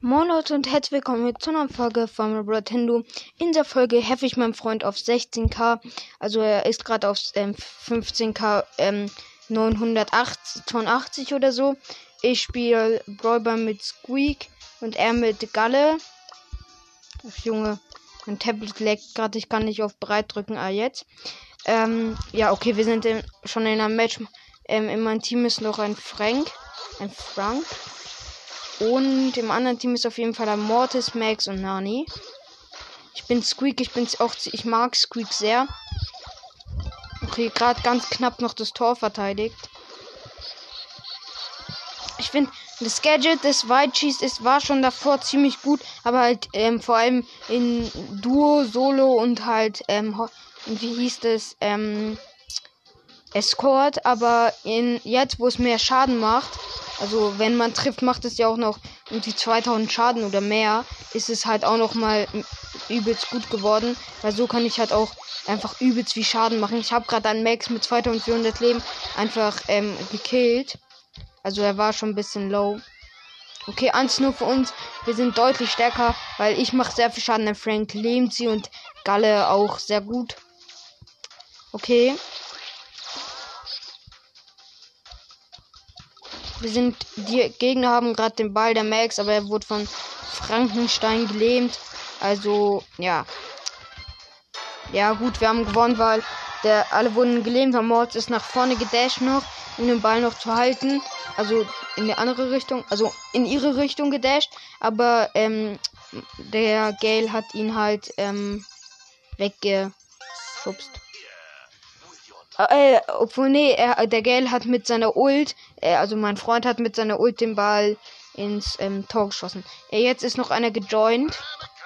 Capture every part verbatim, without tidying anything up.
Moin Leute und herzlich willkommen zu einer Folge von Nintendo. In der Folge helfe ich meinem Freund auf sechzehn K. Also er ist gerade auf ähm, fünfzehn K ähm, neunhundertachtzig oder so. Ich spiele Brawlball mit Squeak und er mit Galle. Ach, Junge, mein Tablet leckt gerade, ich kann nicht auf bereit drücken. Ah, jetzt. Ähm, ja, okay, wir sind in, schon in einem Match. Ähm, in meinem Team ist noch ein Frank. Ein Frank. Und im anderen Team ist auf jeden Fall ein Mortis, Max und Nani. Ich bin Squeak, ich bin auch, ich mag Squeak sehr. Okay, gerade ganz knapp noch das Tor verteidigt. Ich finde, das Gadget des Wide Cheese ist, war schon davor ziemlich gut, aber halt ähm, vor allem in Duo, Solo und halt, ähm, wie hieß das, ähm, Escort, aber in jetzt, wo es mehr Schaden macht, also wenn man trifft, macht es ja auch noch irgendwie zweitausend Schaden oder mehr, ist es halt auch noch mal übelst gut geworden, weil so kann ich halt auch einfach übelst viel Schaden machen. Ich habe gerade einen Max mit zweitausendvierhundert Leben einfach ähm, gekillt, also er war schon ein bisschen low. Okay, eins nur für uns, wir sind deutlich stärker, weil ich mache sehr viel Schaden, der Frank lähmt sie und Galle auch sehr gut. Okay. Wir sind, die Gegner haben gerade den Ball, der Max, aber er wurde von Frankenstein gelähmt. Also, ja. Ja, gut, wir haben gewonnen, weil der, alle wurden gelähmt. Der Mord ist nach vorne gedasht noch, um den Ball noch zu halten. Also in die andere Richtung, also in ihre Richtung gedasht. Aber ähm, der Gale hat ihn halt ähm, weggeschubst. Äh, obwohl, nee, er, der Gale hat mit seiner Ult, äh, also mein Freund hat mit seiner Ult den Ball ins ähm, Tor geschossen. Ja, jetzt ist noch einer gejoint.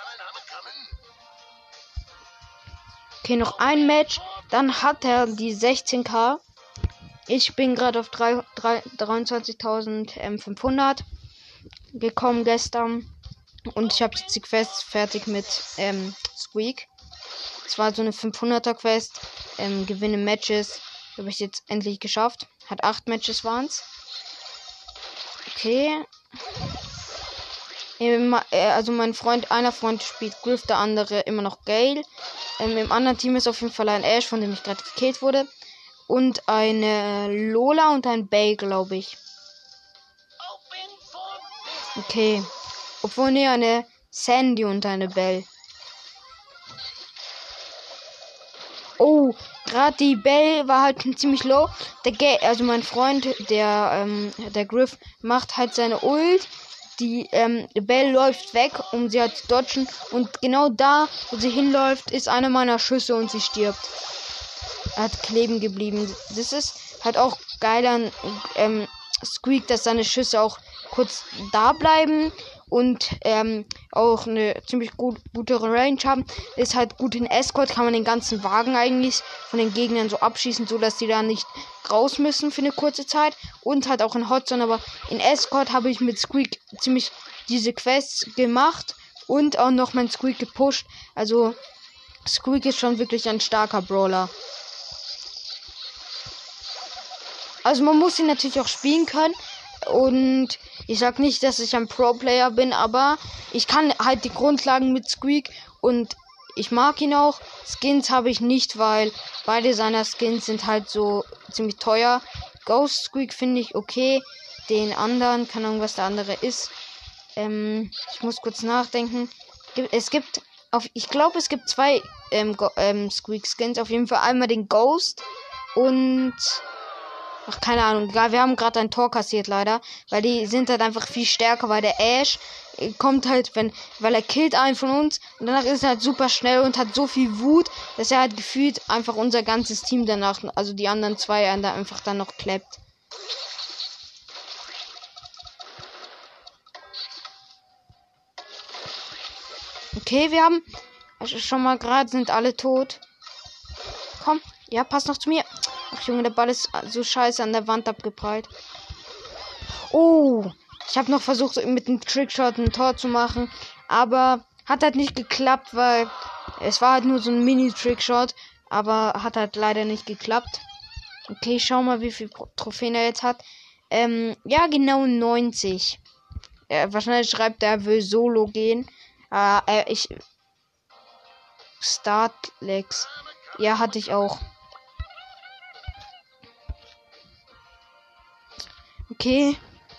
Okay, noch ein Match. Dann hat er die sechzehn K. Ich bin gerade auf dreiundzwanzigtausendfünfhundert gekommen gestern. Und ich habe jetzt die Quest fertig mit ähm, Squeak. Es war so eine fünfhunderter Quest. Ähm, gewinne Matches. Habe ich jetzt endlich geschafft. Hat acht Matches waren's. Okay. Also mein Freund, einer Freund spielt Griff, der andere immer noch Gale. Ähm, Im anderen Team ist auf jeden Fall ein Ash, von dem ich gerade gekillt wurde. Und eine Lola und ein Bay, glaube ich. Okay. Obwohl, ne, eine Sandy und eine Belle. Oh, gerade die Belle war halt ziemlich low. Der Ga- also mein Freund, der ähm, der Griff, macht halt seine Ult. Die ähm, Belle läuft weg, um sie halt zu dodgen. Und genau da, wo sie hinläuft, ist einer meiner Schüsse und sie stirbt. Er hat kleben geblieben. Das ist halt auch geil an ähm, Squeak, dass seine Schüsse auch kurz da bleiben und ähm, auch eine ziemlich gut, gute Range haben. Ist halt gut in Escort, kann man den ganzen Wagen eigentlich von den Gegnern so abschießen, so dass die da nicht raus müssen für eine kurze Zeit. Und halt auch in Hotzone, aber in Escort habe ich mit Squeak ziemlich diese Quests gemacht und auch noch mein Squeak gepusht. Also Squeak ist schon wirklich ein starker Brawler. Also man muss ihn natürlich auch spielen können. Und ich sag nicht, dass ich ein Pro-Player bin, aber ich kann halt die Grundlagen mit Squeak und ich mag ihn auch. Skins habe ich nicht, weil beide seiner Skins sind halt so ziemlich teuer. Ghost Squeak finde ich okay. Den anderen, keine Ahnung, was der andere ist. Ähm, ich muss kurz nachdenken. Es gibt, auf, ich glaube, es gibt zwei ähm, ähm, Squeak Skins. Auf jeden Fall einmal den Ghost und... Ach, keine Ahnung. Wir haben gerade ein Tor kassiert, leider. Weil die sind halt einfach viel stärker, weil der Ash kommt halt, wenn, weil er killt einen von uns und danach ist er halt super schnell und hat so viel Wut, dass er halt gefühlt einfach unser ganzes Team danach, also die anderen zwei, da einfach dann noch klappt. Okay, wir haben also schon mal gerade sind alle tot. Komm, ja, pass noch zu mir. Ach Junge, der Ball ist so scheiße an der Wand abgeprallt. Oh, ich habe noch versucht, mit einem Trickshot ein Tor zu machen. Aber hat halt nicht geklappt, weil es war halt nur so ein Mini-Trickshot. Aber hat halt leider nicht geklappt. Okay, schau mal, wie viel Trophäen er jetzt hat. Ähm, ja, genau neunzig. er wahrscheinlich schreibt, er will solo gehen. Äh, äh, ich. Startlex. Ja, hatte ich auch. Okay.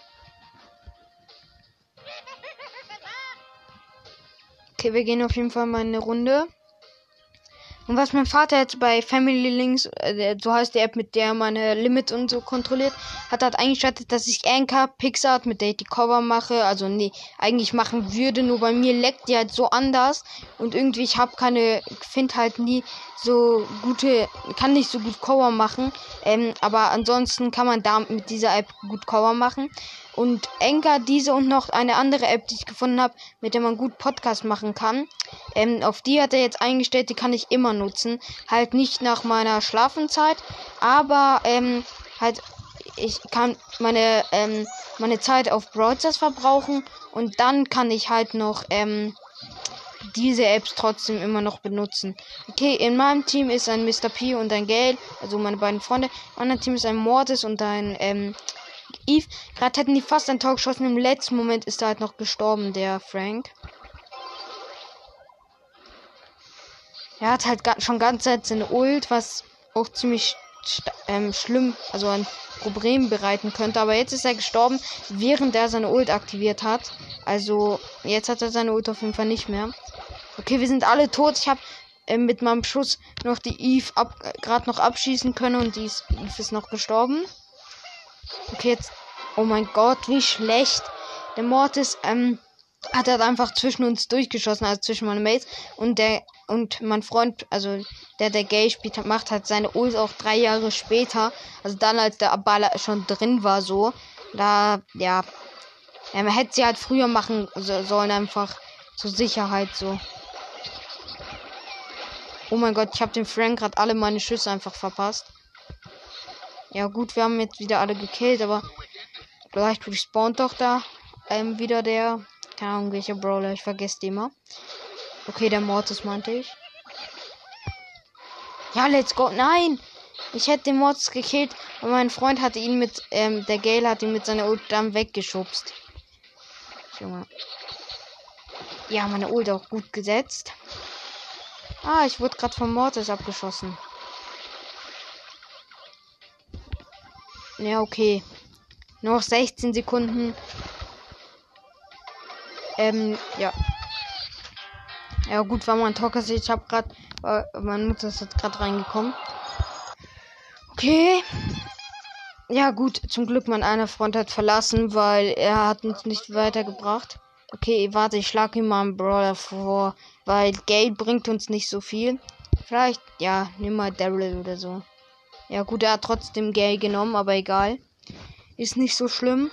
Okay, wir gehen auf jeden Fall mal eine Runde. Und was mein Vater jetzt bei Family Links, äh, so heißt die App, mit der meine Limit und so kontrolliert, hat halt eingeschaltet, dass ich Anchor, Pixart, mit der ich die Cover mache, also nee, eigentlich machen würde, nur bei mir leckt die halt so anders und irgendwie, ich habe keine, finde halt nie so gute, kann nicht so gut Cover machen, ähm, aber ansonsten kann man da mit dieser App gut Cover machen. Und Anchor, diese und noch eine andere App, die ich gefunden habe, mit der man gut Podcast machen kann. Ähm, auf die hat er jetzt eingestellt, die kann ich immer nutzen. Halt nicht nach meiner Schlafenszeit, aber ähm, halt, ich kann meine, ähm, meine Zeit auf Brawl Stars verbrauchen und dann kann ich halt noch ähm, diese Apps trotzdem immer noch benutzen. Okay, in meinem Team ist ein Mister P und ein Gale, also meine beiden Freunde. Im anderen Team ist ein Mortis und ein ähm, Eve. Gerade hätten die fast ein Tor geschossen. Im letzten Moment ist er halt noch gestorben, der Frank. Er hat halt schon ganz Zeit seine Ult, was auch ziemlich ähm, schlimm, also ein Problem bereiten könnte. Aber jetzt ist er gestorben, während er seine Ult aktiviert hat. Also jetzt hat er seine Ult auf jeden Fall nicht mehr. Okay, wir sind alle tot. Ich habe äh, mit meinem Schuss noch die Eve äh, gerade noch abschießen können und die ist, Eve ist noch gestorben. Okay, jetzt. Oh mein Gott, wie schlecht. Der Mortis ähm, hat halt einfach zwischen uns durchgeschossen, also zwischen meine Mates. Und der und mein Freund, also der, der Gay spielt, macht halt seine Ult auch drei Jahre später. Also dann, als der Ball schon drin war, so. Da, ja. ja man hätte sie halt früher machen so, sollen, einfach zur Sicherheit so. Oh mein Gott, ich habe dem Frank gerade alle meine Schüsse einfach verpasst. Ja gut, wir haben jetzt wieder alle gekillt, aber vielleicht respawnt doch da ähm, wieder der, keine Ahnung welcher Brawler, ich vergesse die immer. Okay, der Mortis meinte ich. Ja, let's go. Nein! Ich hätte den Mortis gekillt, aber mein Freund hatte ihn mit, ähm, der Gale hat ihn mit seiner Ult dann weggeschubst. Junge. Ja, meine Ult auch gut gesetzt. Ah, ich wurde gerade vom Mortis abgeschossen. Ja, okay. Noch sechzehn Sekunden. Ähm, ja. Ja, gut, war mein Talker. Ich habe gerade. Äh, meine Mutter ist jetzt gerade reingekommen. Okay. Ja, gut. Zum Glück, mein einer Freund hat verlassen, weil er hat uns nicht weitergebracht. Okay, warte, ich schlage ihm mal einen Brawler vor. Weil Geld bringt uns nicht so viel. Vielleicht, ja, nimm mal Daryl oder so. Ja, gut, er hat trotzdem Gay genommen, aber egal. Ist nicht so schlimm.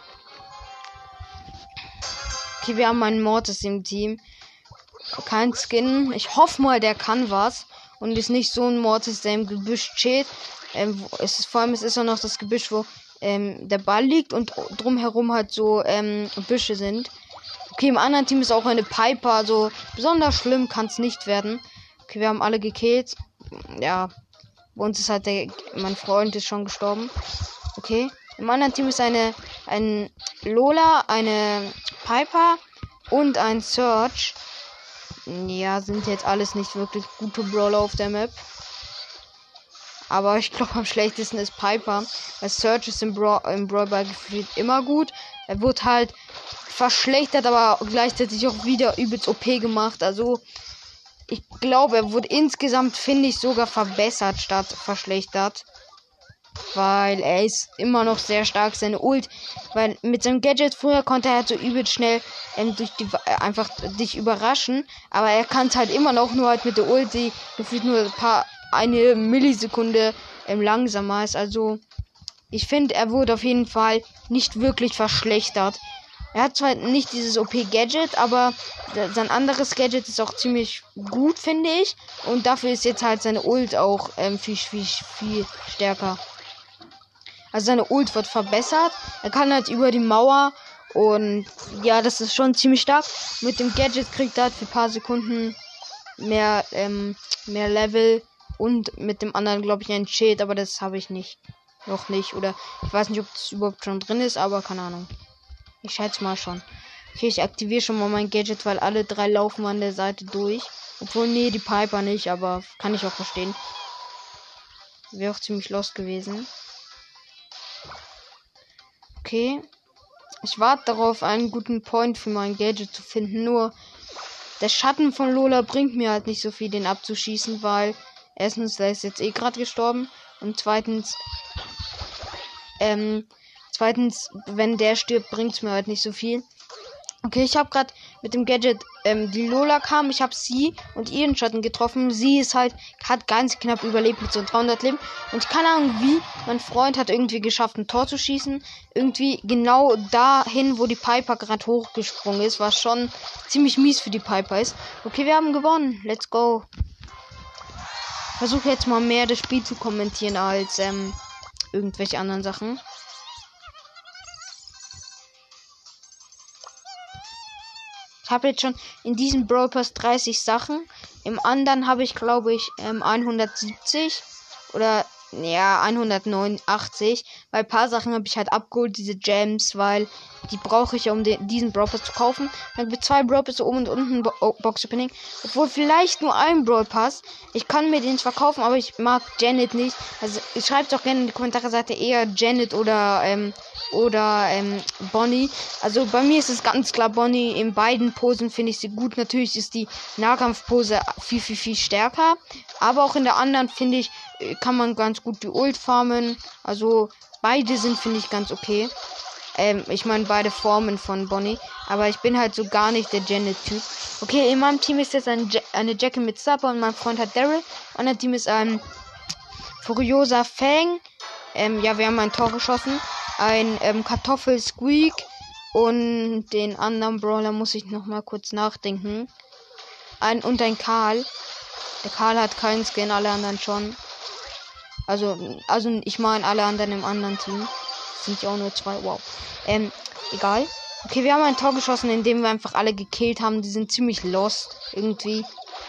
Okay, wir haben einen Mortis im Team. Kein Skin. Ich hoffe mal, der kann was. Und ist nicht so ein Mortis, der im Gebüsch steht. Ähm, es ist, vor allem es ist auch noch das Gebüsch, wo ähm, der Ball liegt und drumherum halt so ähm, Büsche sind. Okay, im anderen Team ist auch eine Piper. Also besonders schlimm kann es nicht werden. Okay, wir haben alle gekillt. Ja. Bei uns ist halt der, mein Freund ist schon gestorben. Okay. Im anderen Team ist eine, ein Lola, eine Piper und ein Search. Ja, sind jetzt alles nicht wirklich gute Brawler auf der Map. Aber ich glaube, am schlechtesten ist Piper. Weil Search ist im, Bra im Brawl Ball gefühlt immer gut. Er wird halt verschlechtert, aber gleichzeitig auch wieder übelst O P gemacht. Also ich glaube, er wurde insgesamt, finde ich, sogar verbessert statt verschlechtert. Weil er ist immer noch sehr stark, seine Ult. Weil mit seinem Gadget früher konnte er halt so übelst schnell ähm, durch die, äh, einfach dich überraschen. Aber er kann es halt immer noch, nur halt mit der Ult, die gefühlt nur ein paar, eine Millisekunde ähm, langsamer ist. Also ich finde, er wurde auf jeden Fall nicht wirklich verschlechtert. Er hat zwar nicht dieses O P-Gadget, aber sein anderes Gadget ist auch ziemlich gut, finde ich. Und dafür ist jetzt halt seine Ult auch ähm, viel, viel, viel stärker. Also seine Ult wird verbessert. Er kann halt über die Mauer. Und ja, das ist schon ziemlich stark. Mit dem Gadget kriegt er halt für ein paar Sekunden mehr, ähm, mehr Level. Und mit dem anderen, glaube ich, ein Schild. Aber das habe ich nicht. Noch nicht. Oder ich weiß nicht, ob das überhaupt schon drin ist, aber keine Ahnung. Ich schätze mal schon. Okay, ich aktiviere schon mal mein Gadget, weil alle drei laufen an der Seite durch. Obwohl, nee, die Piper nicht, aber kann ich auch verstehen. Wäre auch ziemlich lost gewesen. Okay. Ich warte darauf, einen guten Point für mein Gadget zu finden. Nur der Schatten von Lola bringt mir halt nicht so viel, den abzuschießen, weil erstens, der ist jetzt eh gerade gestorben. Und zweitens, ähm, zweitens, wenn der stirbt, bringt es mir halt nicht so viel. Okay, ich habe gerade mit dem Gadget, ähm, die Lola kam, ich habe sie und ihren Schatten getroffen. Sie ist halt, hat ganz knapp überlebt mit so dreihundert Leben. Und ich keine Ahnung wie, mein Freund hat irgendwie geschafft, ein Tor zu schießen. Irgendwie genau dahin, wo die Piper gerade hochgesprungen ist, was schon ziemlich mies für die Piper ist. Okay, wir haben gewonnen. Let's go. Versuche jetzt mal mehr das Spiel zu kommentieren als ähm, irgendwelche anderen Sachen. Ich habe jetzt schon in diesem Brawl Pass dreißig Sachen. Im anderen habe ich, glaube ich, ähm, hundertsiebzig oder ja, hundertneunundachtzig. Bei ein paar Sachen habe ich halt abgeholt, diese Gems, weil die brauche ich ja, um den, diesen Brawl Pass zu kaufen. Dann gibt es zwei Brawl Pass, oben und unten Bo oh, Box Opening. Obwohl vielleicht nur ein Brawl Pass. Ich kann mir den zwar kaufen, aber ich mag Janet nicht. Also schreibt doch gerne in die Kommentare, seid ihr eher Janet oder ähm, oder ähm, Bonnie. Also bei mir ist es ganz klar Bonnie. In beiden Posen finde ich sie gut. Natürlich ist die Nahkampfpose viel, viel, viel stärker. Aber auch in der anderen, finde ich, kann man ganz gut die Ult farmen. Also beide sind, finde ich, ganz okay. Ähm, ich meine beide Formen von Bonnie. Aber ich bin halt so gar nicht der Janet-Typ. Okay, in meinem Team ist jetzt ein ja eine Jackie mit Zapper und mein Freund hat Daryl. Und ein Team ist ein Furiosa Fang. Ähm, ja, wir haben ein Tor geschossen. Ein ähm, Kartoffel Squeak. Und den anderen Brawler muss ich noch mal kurz nachdenken. Ein und ein Karl. Der Karl hat keinen Skin, alle anderen schon. Also, also ich meine alle anderen im anderen Team. Sind ja auch nur zwei. Wow. Ähm, egal. Okay, wir haben ein Tor geschossen, indem wir einfach alle gekillt haben. Die sind ziemlich lost. Irgendwie.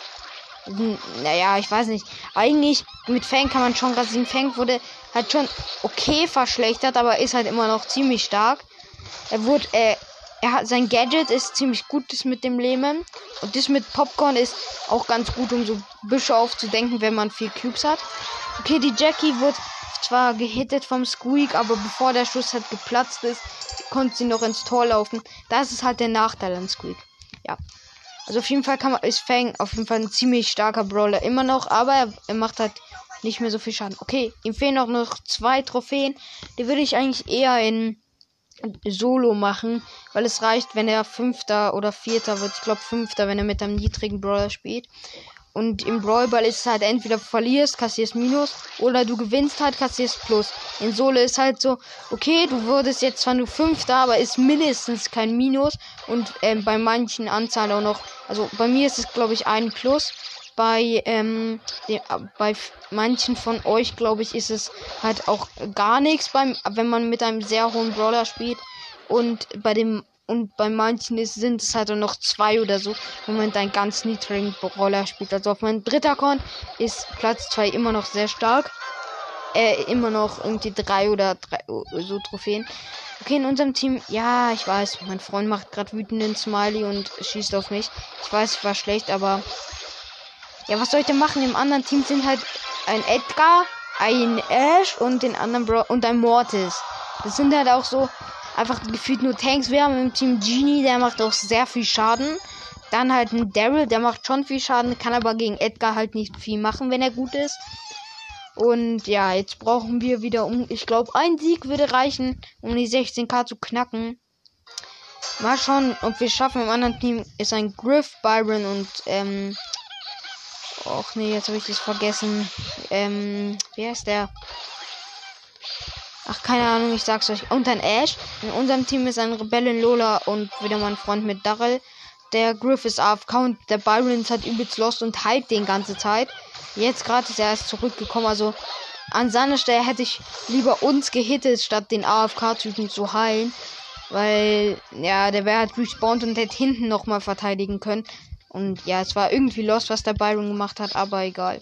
Naja, ich weiß nicht. Eigentlich, mit Fang kann man schon rasieren. Fang wurde halt schon okay verschlechtert, aber ist halt immer noch ziemlich stark. Er wurde, äh, er hat, sein Gadget ist ziemlich gut, das mit dem Leben. Und das mit Popcorn ist auch ganz gut, um so Büsche aufzudenken, wenn man viel Cubes hat. Okay, die Jackie wird zwar gehittet vom Squeak, aber bevor der Schuss halt geplatzt ist, konnte sie noch ins Tor laufen. Das ist halt der Nachteil an Squeak. Ja. Also auf jeden Fall kann man, ist Fang auf jeden Fall ein ziemlich starker Brawler immer noch, aber er, er macht halt nicht mehr so viel Schaden. Okay, ihm fehlen auch noch zwei Trophäen. Die würde ich eigentlich eher in Solo machen, weil es reicht, wenn er Fünfter oder Vierter wird. Ich glaube Fünfter, wenn er mit einem niedrigen Brawler spielt. Und im Brawlball ist es halt entweder verlierst, kassierst Minus, oder du gewinnst halt, kassierst Plus. In Solo ist halt so, okay, du wurdest jetzt zwar nur Fünfter, aber ist mindestens kein Minus. Und ähm, bei manchen Anzahlen auch noch, also bei mir ist es glaube ich ein Plus. Bei, ähm, dem, bei manchen von euch, glaube ich, ist es halt auch gar nichts, beim, wenn man mit einem sehr hohen Brawler spielt. Und bei dem und bei manchen ist, sind es halt auch noch zwei oder so, wenn man einen ganz niedrigen Brawler spielt. Also auf meinem dritten Account ist Platz zwei immer noch sehr stark. Äh, immer noch irgendwie drei oder drei so Trophäen. Okay, in unserem Team, ja, ich weiß, mein Freund macht gerade wütenden Smiley und schießt auf mich. Ich weiß, ich war schlecht, aber ja, was soll ich denn machen? Im anderen Team sind halt ein Edgar, ein Ash und den anderen Bro und ein Mortis. Das sind halt auch so einfach gefühlt nur Tanks. Wir haben im Team Genie, der macht auch sehr viel Schaden. Dann halt ein Daryl, der macht schon viel Schaden, kann aber gegen Edgar halt nicht viel machen, wenn er gut ist. Und ja, jetzt brauchen wir wieder um, ich glaube, ein Sieg würde reichen, um die sechzehn K zu knacken. Mal schauen, ob wir schaffen. Im anderen Team ist ein Griff, Byron und ähm Och nee, jetzt habe ich das vergessen. Ähm, wer ist der? Ach, keine Ahnung, ich sag's euch. Und ein Ash. In unserem Team ist ein Rebellen Lola und wieder mein Freund mit Daryl. Der Griff ist A F K und der Byron ist halt übelst lost und heilt den ganze Zeit. Jetzt gerade ist er erst zurückgekommen. Also an seiner Stelle hätte ich lieber uns gehittet, statt den A F K-Typen zu heilen. Weil, ja, der wäre halt respawned und hätte hinten nochmal verteidigen können. Und ja, es war irgendwie lost, was der Byron gemacht hat, aber egal.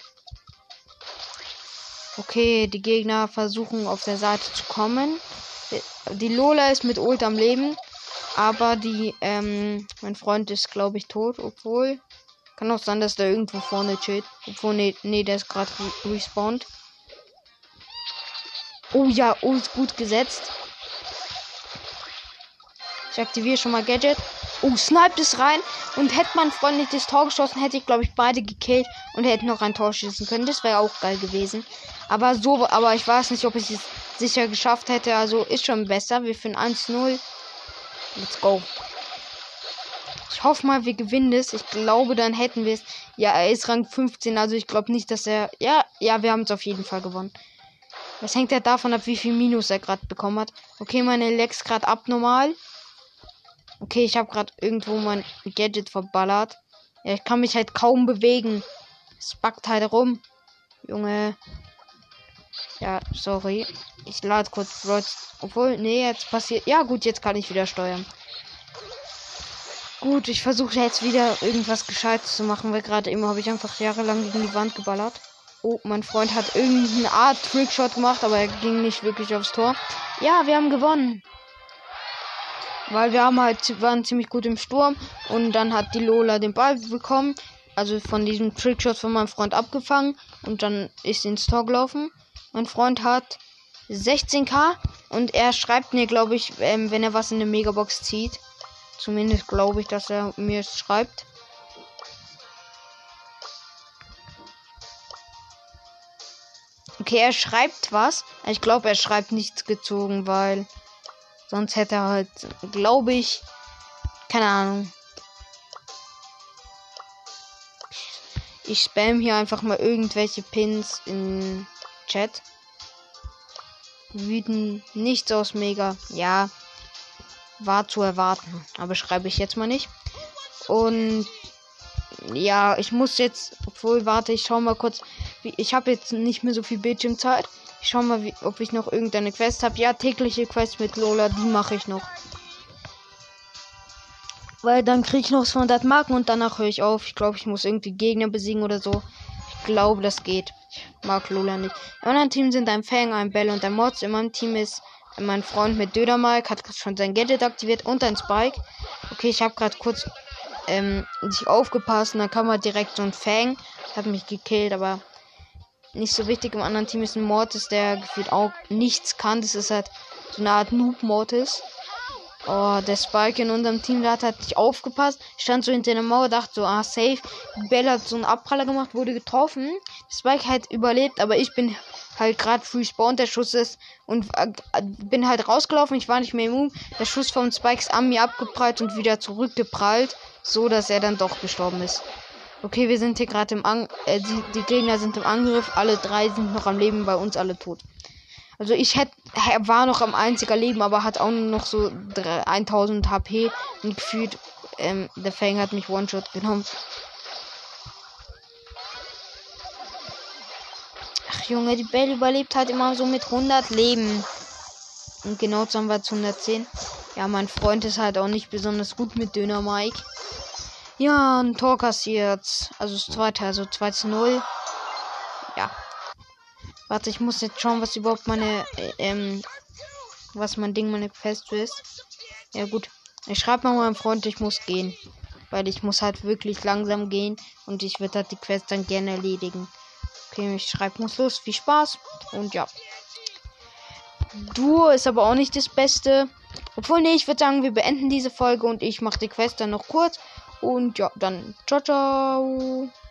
Okay, die Gegner versuchen auf der Seite zu kommen. Die Lola ist mit Ult am Leben. Aber die, ähm, mein Freund ist, glaube ich, tot, obwohl. Kann auch sein, dass der irgendwo vorne chillt. Obwohl, nee, nee, der ist gerade re respawned. Oh ja, oh, ist gut gesetzt. Ich aktiviere schon mal Gadget. Oh, sniped es rein. Und hätte mein Freund nicht das Tor geschossen, hätte ich, glaube ich, beide gekillt und hätte noch ein Tor schießen können. Das wäre auch geil gewesen. Aber so, aber ich weiß nicht, ob ich es sicher geschafft hätte. Also ist schon besser. Wir führen eins null. Let's go. Ich hoffe mal, wir gewinnen es. Ich glaube, dann hätten wir es. Ja, er ist Rang fünfzehn. Also ich glaube nicht, dass er... Ja, ja, wir haben es auf jeden Fall gewonnen. Das hängt ja davon ab, wie viel Minus er gerade bekommen hat. Okay, meine Lex gerade abnormal. Okay, ich habe gerade irgendwo mein Gadget verballert. Ja, ich kann mich halt kaum bewegen. Es backt halt rum. Junge. Ja, sorry. Ich lade kurz. Obwohl, nee, jetzt passiert... Ja, gut, jetzt kann ich wieder steuern. Gut, ich versuche jetzt wieder irgendwas Gescheites zu machen, weil gerade immer habe ich einfach jahrelang gegen die Wand geballert. Oh, mein Freund hat irgendeine Art Trickshot gemacht, aber er ging nicht wirklich aufs Tor. Ja, wir haben gewonnen. Weil wir haben halt, waren ziemlich gut im Sturm und dann hat die Lola den Ball bekommen, also von diesem Trickshot von meinem Freund abgefangen und dann ist sie ins Tor gelaufen. Mein Freund hat sechzehn K und er schreibt mir, glaube ich, ähm, wenn er was in der Megabox zieht. Zumindest glaube ich, dass er mir schreibt. Okay, er schreibt was. Ich glaube, er schreibt nichts gezogen, weil sonst hätte er halt, glaube ich, keine Ahnung. Ich spam hier einfach mal irgendwelche Pins in Chat. Wüten nichts aus Mega. Ja. War zu erwarten, aber schreibe ich jetzt mal nicht. Und ja, ich muss jetzt, obwohl, warte, ich schau mal kurz. Wie, ich habe jetzt nicht mehr so viel Bildschirmzeit. Ich schau mal, wie, ob ich noch irgendeine Quest habe. Ja, tägliche Quest mit Lola, die mache ich noch. Weil dann kriege ich noch zweihundert Marken und danach höre ich auf. Ich glaube, ich muss irgendwie Gegner besiegen oder so. Ich glaube, das geht. Ich mag Lola nicht. Im anderen Team sind ein Fang, ein Bell und ein Mods. In meinem Team ist mein Freund mit Dödermike, hat schon sein Gadget aktiviert und ein Spike. Okay, ich habe gerade kurz ähm, nicht aufgepasst und dann kam halt direkt so ein Fang. Hat mich gekillt, aber nicht so wichtig. Im anderen Team ist ein Mortis, der gefühlt auch nichts kann. Das ist halt so eine Art Noob-Mortis. Oh, der Spike in unserem Team, der hat halt nicht aufgepasst. Stand so hinter der Mauer, dachte so, ah, safe. Bell hat so einen Abpraller gemacht, wurde getroffen. Der Spike hat überlebt, aber ich bin halt gerade respawned, der Schuss ist und äh, bin halt rausgelaufen, ich war nicht mehr immun. Der Schuss vom Spike ist an mir abgeprallt und wieder zurückgeprallt, so dass er dann doch gestorben ist. Okay, wir sind hier gerade im An äh, die, die Gegner sind im Angriff, alle drei sind noch am Leben, bei uns alle tot. Also ich hätte war noch am einziger Leben, aber hat auch nur noch so tausend H P und gefühlt ähm, der Fang hat mich One-Shot genommen. Junge, die Belle überlebt halt immer so mit hundert Leben. Und genau haben wir zu hundertzehn. Ja, mein Freund ist halt auch nicht besonders gut mit Döner Mike. Ja, ein Tor kassiert. Also das zweite, also zwei zu null. Ja. Warte, ich muss jetzt schauen, was überhaupt meine, äh, ähm, was mein Ding, meine Quest ist. Ja gut. Ich schreibe mal meinem Freund, ich muss gehen. Weil ich muss halt wirklich langsam gehen. Und ich würde halt die Quest dann gerne erledigen. Okay, ich schreibe, muss los. Viel Spaß. Und ja. Duo ist aber auch nicht das Beste. Obwohl, nee, ich würde sagen, wir beenden diese Folge und ich mache die Quest dann noch kurz. Und ja, dann ciao, ciao.